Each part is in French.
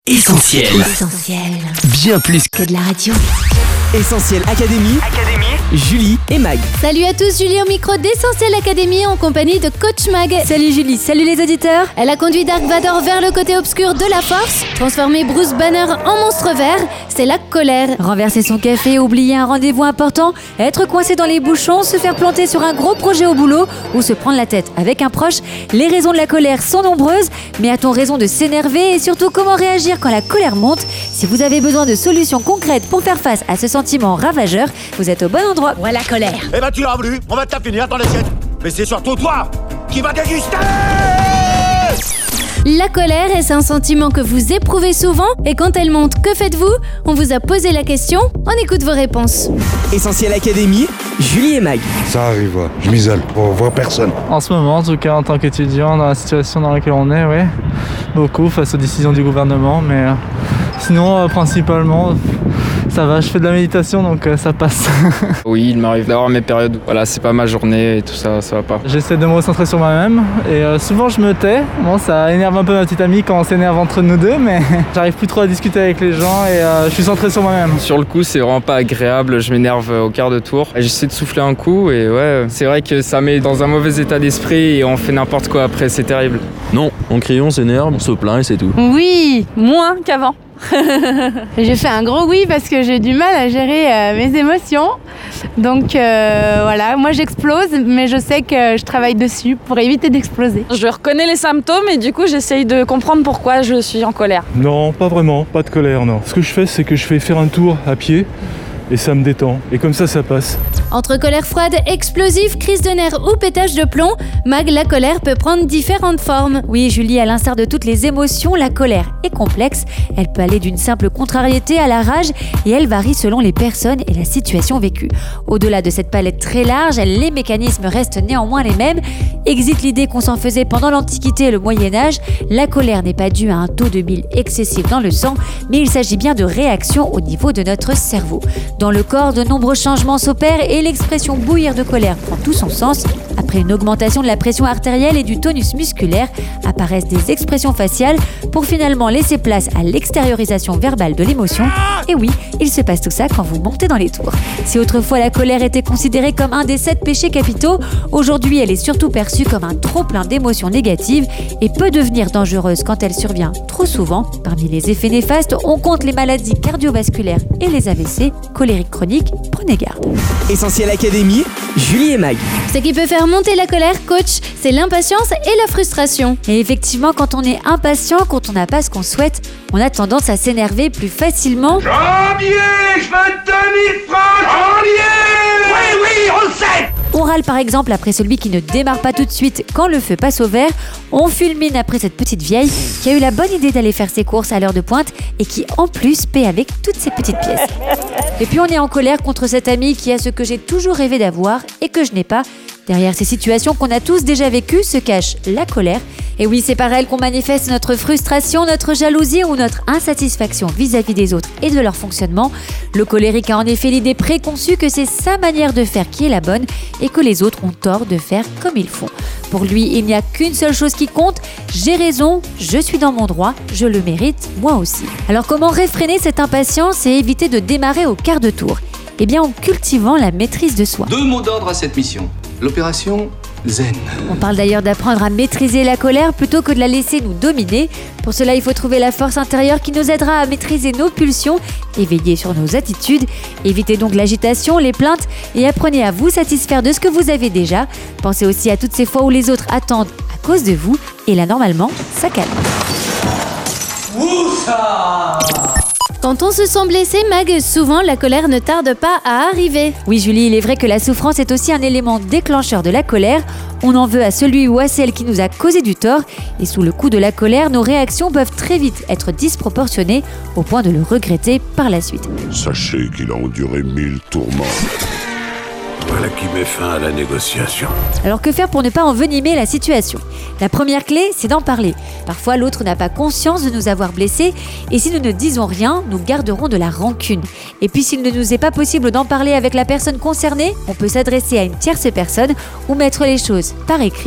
Essentiel. Bien plus que de la radio. Essentiel Académie, Julie et Mag. Salut à tous, Julie au micro d'Essentiel Académie en compagnie de Coach Mag. Salut Julie, salut les auditeurs. Elle a conduit Dark Vador vers le côté obscur de la force, transformé Bruce Banner en monstre vert, c'est la colère. Renverser son café, oublier un rendez-vous important, être coincé dans les bouchons, se faire planter sur un gros projet au boulot ou se prendre la tête avec un proche. Les raisons de la colère sont nombreuses, mais a-t-on raison de s'énerver et surtout comment réagir quand la colère monte? Si vous avez besoin de solutions concrètes pour faire face à ce sentiment ravageur, vous êtes au bon endroit. Ouais, la colère. Eh ben tu l'as voulu, on va te la finir dans l'assiette. Mais c'est surtout toi qui va déguster. La colère, est-ce un sentiment que vous éprouvez souvent? Et quand elle monte, que faites-vous? On vous a posé la question, on écoute vos réponses. Essentiel Académie, Julie et Mag. Ça arrive, ouais. Je m'isole pour voir personne. En ce moment, en tout cas en tant qu'étudiant, dans la situation dans laquelle on est, ouais, beaucoup face aux décisions du gouvernement, mais sinon, principalement, ça va, je fais de la méditation, donc ça passe. Oui, il m'arrive d'avoir mes périodes où voilà, c'est pas ma journée et tout ça va pas. J'essaie de me recentrer sur moi-même et souvent je me tais. Bon, ça énerve un peu ma petite amie quand on s'énerve entre nous deux, mais j'arrive plus trop à discuter avec les gens et je suis centré sur moi-même. Sur le coup, c'est vraiment pas agréable, je m'énerve au quart de tour. J'essaie de souffler un coup et ouais, c'est vrai que ça met dans un mauvais état d'esprit et on fait n'importe quoi après, c'est terrible. Non, on crie, on s'énerve, on se plaint et c'est tout. Oui, moins qu'avant. J'ai fait un gros oui parce que j'ai du mal à gérer mes émotions. Donc voilà, moi j'explose, mais je sais que je travaille dessus pour éviter d'exploser. Je reconnais les symptômes et du coup j'essaye de comprendre pourquoi je suis en colère. Non, pas vraiment, pas de colère, non. Ce que je fais, c'est que je fais faire un tour à pied et ça me détend. Et comme ça passe. Entre colère froide, explosive, crise de nerfs ou pétage de plomb, Mag, la colère peut prendre différentes formes. Oui, Julie, à l'instar de toutes les émotions, la colère est complexe. Elle peut aller d'une simple contrariété à la rage et elle varie selon les personnes et la situation vécue. Au-delà de cette palette très large, les mécanismes restent néanmoins les mêmes. Exit l'idée qu'on s'en faisait pendant l'Antiquité et le Moyen-Âge. La colère n'est pas due à un taux de bile excessif dans le sang, mais il s'agit bien de réactions au niveau de notre cerveau. Dans le corps, de nombreux changements s'opèrent et l'expression bouillir de colère prend tout son sens. Après une augmentation de la pression artérielle et du tonus musculaire, apparaissent des expressions faciales pour finalement laisser place à l'extériorisation verbale de l'émotion. Et oui, il se passe tout ça quand vous montez dans les tours. Si autrefois la colère était considérée comme un des 7 péchés capitaux, aujourd'hui elle est surtout perçue comme un trop-plein d'émotions négatives et peut devenir dangereuse quand elle survient trop souvent. Parmi les effets néfastes, on compte les maladies cardiovasculaires et les AVC, colériques chroniques, prenez garde. Essentiel Académie, Julie et Mag. Ce qui peut faire monter la colère, coach, c'est l'impatience et la frustration. Et effectivement, quand on est impatient, quand on n'a pas ce qu'on souhaite, on a tendance à s'énerver plus facilement. Janvier, je veux 2000 francs. Janvier. Oui, on le sait. On râle par exemple après celui qui ne démarre pas tout de suite quand le feu passe au vert. On fulmine après cette petite vieille qui a eu la bonne idée d'aller faire ses courses à l'heure de pointe et qui en plus paie avec toutes ses petites pièces. Et puis on est en colère contre cet ami qui a ce que j'ai toujours rêvé d'avoir et que je n'ai pas. Derrière ces situations qu'on a tous déjà vécues se cache la colère. Et oui, c'est par elle qu'on manifeste notre frustration, notre jalousie ou notre insatisfaction vis-à-vis des autres et de leur fonctionnement. Le colérique a en effet l'idée préconçue que c'est sa manière de faire qui est la bonne et que les autres ont tort de faire comme ils font. Pour lui, il n'y a qu'une seule chose qui compte, j'ai raison, je suis dans mon droit, je le mérite, moi aussi. Alors comment réfréner cette impatience et éviter de démarrer au quart de tour? Eh bien en cultivant la maîtrise de soi. 2 mots d'ordre à cette mission. L'opération Zen. On parle d'ailleurs d'apprendre à maîtriser la colère plutôt que de la laisser nous dominer. Pour cela, il faut trouver la force intérieure qui nous aidera à maîtriser nos pulsions et veiller sur nos attitudes. Évitez donc l'agitation, les plaintes et apprenez à vous satisfaire de ce que vous avez déjà. Pensez aussi à toutes ces fois où les autres attendent à cause de vous et là, normalement, ça calme. Quand on se sent blessé, Mag, souvent la colère ne tarde pas à arriver. Oui Julie, il est vrai que la souffrance est aussi un élément déclencheur de la colère. On en veut à celui ou à celle qui nous a causé du tort et sous le coup de la colère, nos réactions peuvent très vite être disproportionnées au point de le regretter par la suite. Sachez qu'il a enduré 1000 tourments. Voilà qui met fin à la négociation. Alors que faire pour ne pas envenimer la situation? La première clé, c'est d'en parler. Parfois, l'autre n'a pas conscience de nous avoir blessés et si nous ne disons rien, nous garderons de la rancune. Et puis, s'il ne nous est pas possible d'en parler avec la personne concernée, on peut s'adresser à une tierce personne ou mettre les choses par écrit.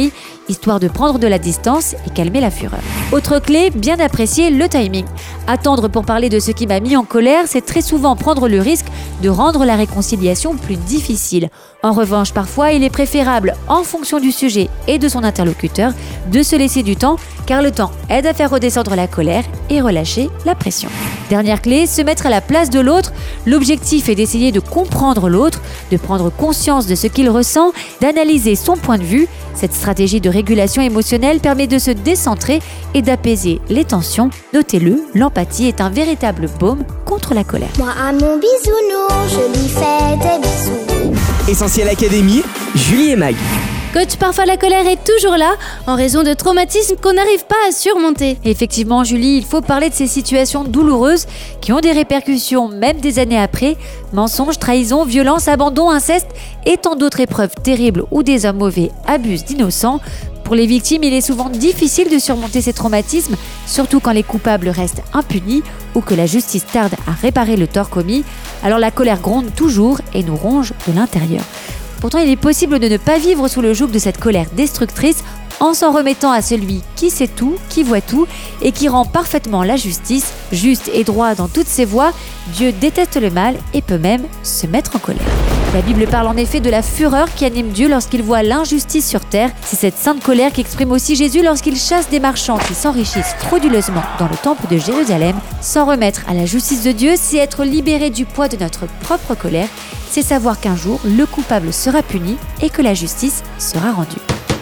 histoire de prendre de la distance et calmer la fureur. Autre clé, bien apprécier le timing. Attendre pour parler de ce qui m'a mis en colère, c'est très souvent prendre le risque de rendre la réconciliation plus difficile. En revanche, parfois, il est préférable, en fonction du sujet et de son interlocuteur, de se laisser du temps, car le temps aide à faire redescendre la colère et relâcher la pression. Dernière clé, se mettre à la place de l'autre. L'objectif est d'essayer de comprendre l'autre, de prendre conscience de ce qu'il ressent, d'analyser son point de vue. Cette stratégie de régulation émotionnelle permet de se décentrer et d'apaiser les tensions. Notez-le, l'empathie est un véritable baume contre la colère. Moi à mon bisounours, je lui fais des bisous. Essentiel Académie, Julie et Mag. Coach, parfois la colère est toujours là, en raison de traumatismes qu'on n'arrive pas à surmonter. Effectivement, Julie, il faut parler de ces situations douloureuses qui ont des répercussions même des années après. Mensonges, trahison, violence, abandon, inceste et tant d'autres épreuves terribles où des hommes mauvais abusent d'innocents. Pour les victimes, il est souvent difficile de surmonter ces traumatismes, surtout quand les coupables restent impunis ou que la justice tarde à réparer le tort commis. Alors la colère gronde toujours et nous ronge de l'intérieur. Pourtant, il est possible de ne pas vivre sous le joug de cette colère destructrice en s'en remettant à celui qui sait tout, qui voit tout et qui rend parfaitement la justice, juste et droit dans toutes ses voies. Dieu déteste le mal et peut même se mettre en colère. La Bible parle en effet de la fureur qui anime Dieu lorsqu'il voit l'injustice sur terre. C'est cette sainte colère qu'exprime aussi Jésus lorsqu'il chasse des marchands qui s'enrichissent frauduleusement dans le temple de Jérusalem. S'en remettre à la justice de Dieu, c'est être libéré du poids de notre propre colère. C'est savoir qu'un jour, le coupable sera puni et que la justice sera rendue.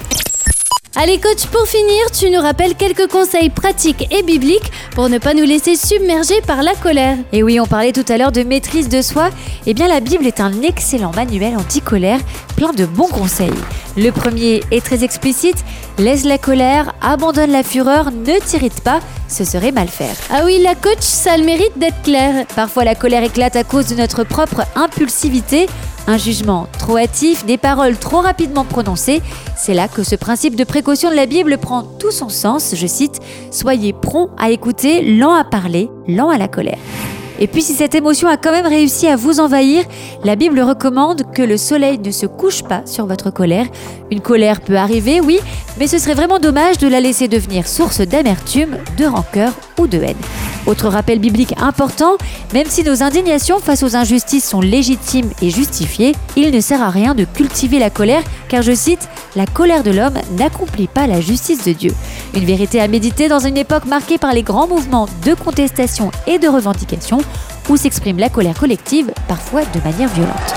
Allez coach, pour finir, tu nous rappelles quelques conseils pratiques et bibliques pour ne pas nous laisser submerger par la colère. Et oui, on parlait tout à l'heure de maîtrise de soi. Eh bien, la Bible est un excellent manuel anti-colère, plein de bons conseils. Le premier est très explicite. Laisse la colère, abandonne la fureur, ne t'irrite pas, ce serait mal faire. Ah oui, la coach, ça a le mérite d'être clair. Parfois, la colère éclate à cause de notre propre impulsivité. Un jugement trop hâtif, des paroles trop rapidement prononcées. C'est là que ce principe de précaution de la Bible prend tout son sens. Je cite « Soyez prompt à écouter, lent à parler, lent à la colère ». Et puis si cette émotion a quand même réussi à vous envahir, la Bible recommande que le soleil ne se couche pas sur votre colère. Une colère peut arriver, oui, mais ce serait vraiment dommage de la laisser devenir source d'amertume, de rancœur ou de haine. Autre rappel biblique important, même si nos indignations face aux injustices sont légitimes et justifiées, il ne sert à rien de cultiver la colère, car je cite « La colère de l'homme n'accomplit pas la justice de Dieu ». Une vérité à méditer dans une époque marquée par les grands mouvements de contestation et de revendication, où s'exprime la colère collective, parfois de manière violente.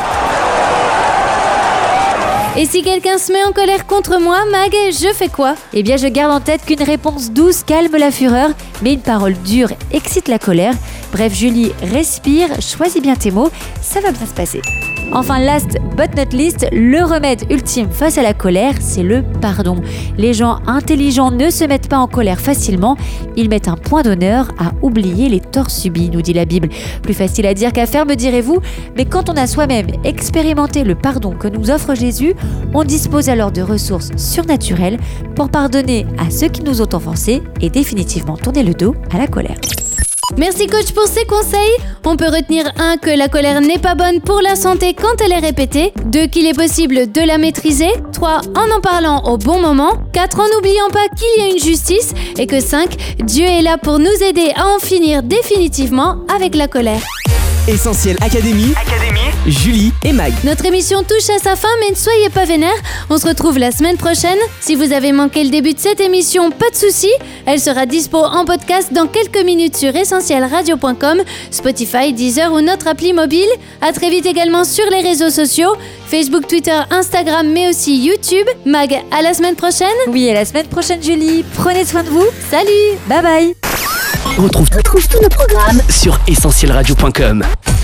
Et si quelqu'un se met en colère contre moi, Mag, je fais quoi ? Eh bien, je garde en tête qu'une réponse douce calme la fureur, mais une parole dure excite la colère. Bref, Julie, respire, choisis bien tes mots, ça va bien se passer. Enfin, last but not least, le remède ultime face à la colère, c'est le pardon. Les gens intelligents ne se mettent pas en colère facilement, ils mettent un point d'honneur à oublier les torts subis, nous dit la Bible. Plus facile à dire qu'à faire, me direz-vous, mais quand on a soi-même expérimenté le pardon que nous offre Jésus, on dispose alors de ressources surnaturelles pour pardonner à ceux qui nous ont offensés et définitivement tourner le dos à la colère. Merci coach pour ces conseils. On peut retenir 1. Que la colère n'est pas bonne pour la santé quand elle est répétée. 2. Qu'il est possible de la maîtriser. 3. En parlant au bon moment. 4. En n'oubliant pas qu'il y a une justice. Et que 5. Dieu est là pour nous aider à en finir définitivement avec la colère. Essentiel Académie, Julie et Mag. Notre émission touche à sa fin, mais ne soyez pas vénères. On se retrouve la semaine prochaine. Si vous avez manqué le début de cette émission, pas de souci. Elle sera dispo en podcast dans quelques minutes sur essentielradio.com, Spotify, Deezer ou notre appli mobile. À très vite également sur les réseaux sociaux, Facebook, Twitter, Instagram, mais aussi YouTube. Mag, à la semaine prochaine. Oui, à la semaine prochaine, Julie. Prenez soin de vous. Salut. Bye bye. Retrouve tous nos programmes sur essentielradio.com.